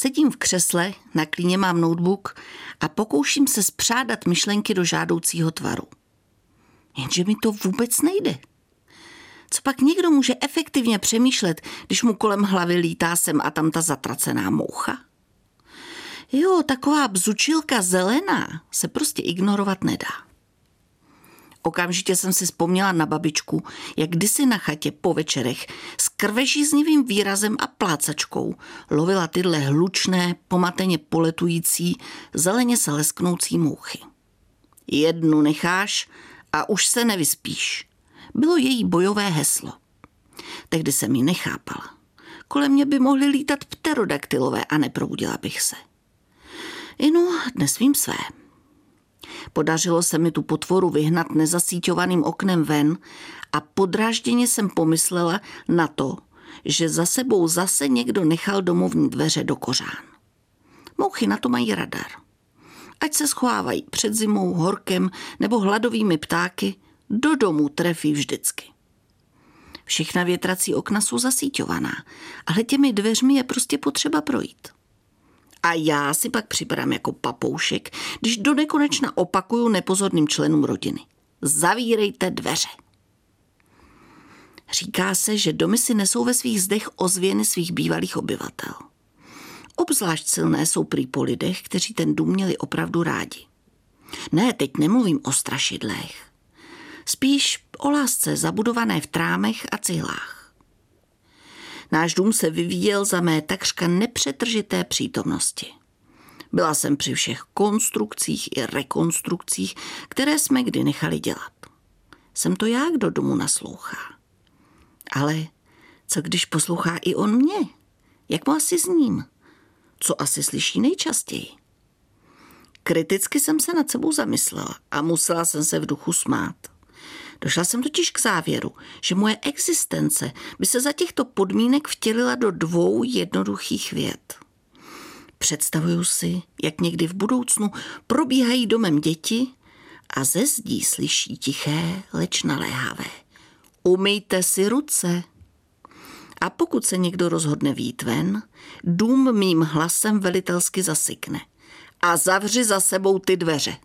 Sedím v křesle, na klíně mám notebook a pokouším se spřádat myšlenky do žádoucího tvaru. Jenže mi to vůbec nejde. Co pak někdo může efektivně přemýšlet, když mu kolem hlavy lítá sem a tam ta zatracená moucha? Jo, taková bzučilka zelená se prostě ignorovat nedá. Okamžitě jsem si vzpomněla na babičku, jak kdysi na chatě po večerech s krvežíznivým výrazem a plácačkou lovila tyhle hlučné, pomateně poletující, zeleně se lesknoucí mouchy. Jednu necháš a už se nevyspíš. Bylo její bojové heslo. Tehdy jsem ji nechápala. Kolem mě by mohly lítat pterodaktylové a neprobudila bych se. No, dnes vím své. Podařilo se mi tu potvoru vyhnat nezasíťovaným oknem ven a podrážděně jsem pomyslela na to, že za sebou zase někdo nechal domovní dveře do kořán. Mouchy na to mají radar. Ať se schovávají před zimou, horkem nebo hladovými ptáky, do domu trefí vždycky. Všechna větrací okna jsou zasíťovaná, ale těmi dveřmi je prostě potřeba projít. A já si pak připadám jako papoušek, když do nekonečna opakuju nepozorným členům rodiny. Zavírejte dveře. Říká se, že domy si nesou ve svých zdech ozvěny svých bývalých obyvatel. Obzvlášť silné jsou prý po lidech, kteří ten dům měli opravdu rádi. Ne, teď nemluvím o strašidlech. Spíš o lásce zabudované v trámech a cihlách. Náš dům se vyvíjel za mé takřka nepřetržité přítomnosti. Byla jsem při všech konstrukcích i rekonstrukcích, které jsme kdy nechali dělat. Jsem to já, kdo domu naslouchá. Ale co když poslouchá i on mě? Jak mu asi zním? Co asi slyší nejčastěji? Kriticky jsem se nad sebou zamyslela a musela jsem se v duchu smát. Došla jsem totiž k závěru, že moje existence by se za těchto podmínek vtělila do 2 jednoduchých vět. Představuju si, jak někdy v budoucnu probíhají domem děti a ze zdí slyší tiché, leč naléhavé. Umyjte si ruce. A pokud se někdo rozhodne vyjít ven, dům mým hlasem velitelsky zasykne. A zavři za sebou ty dveře.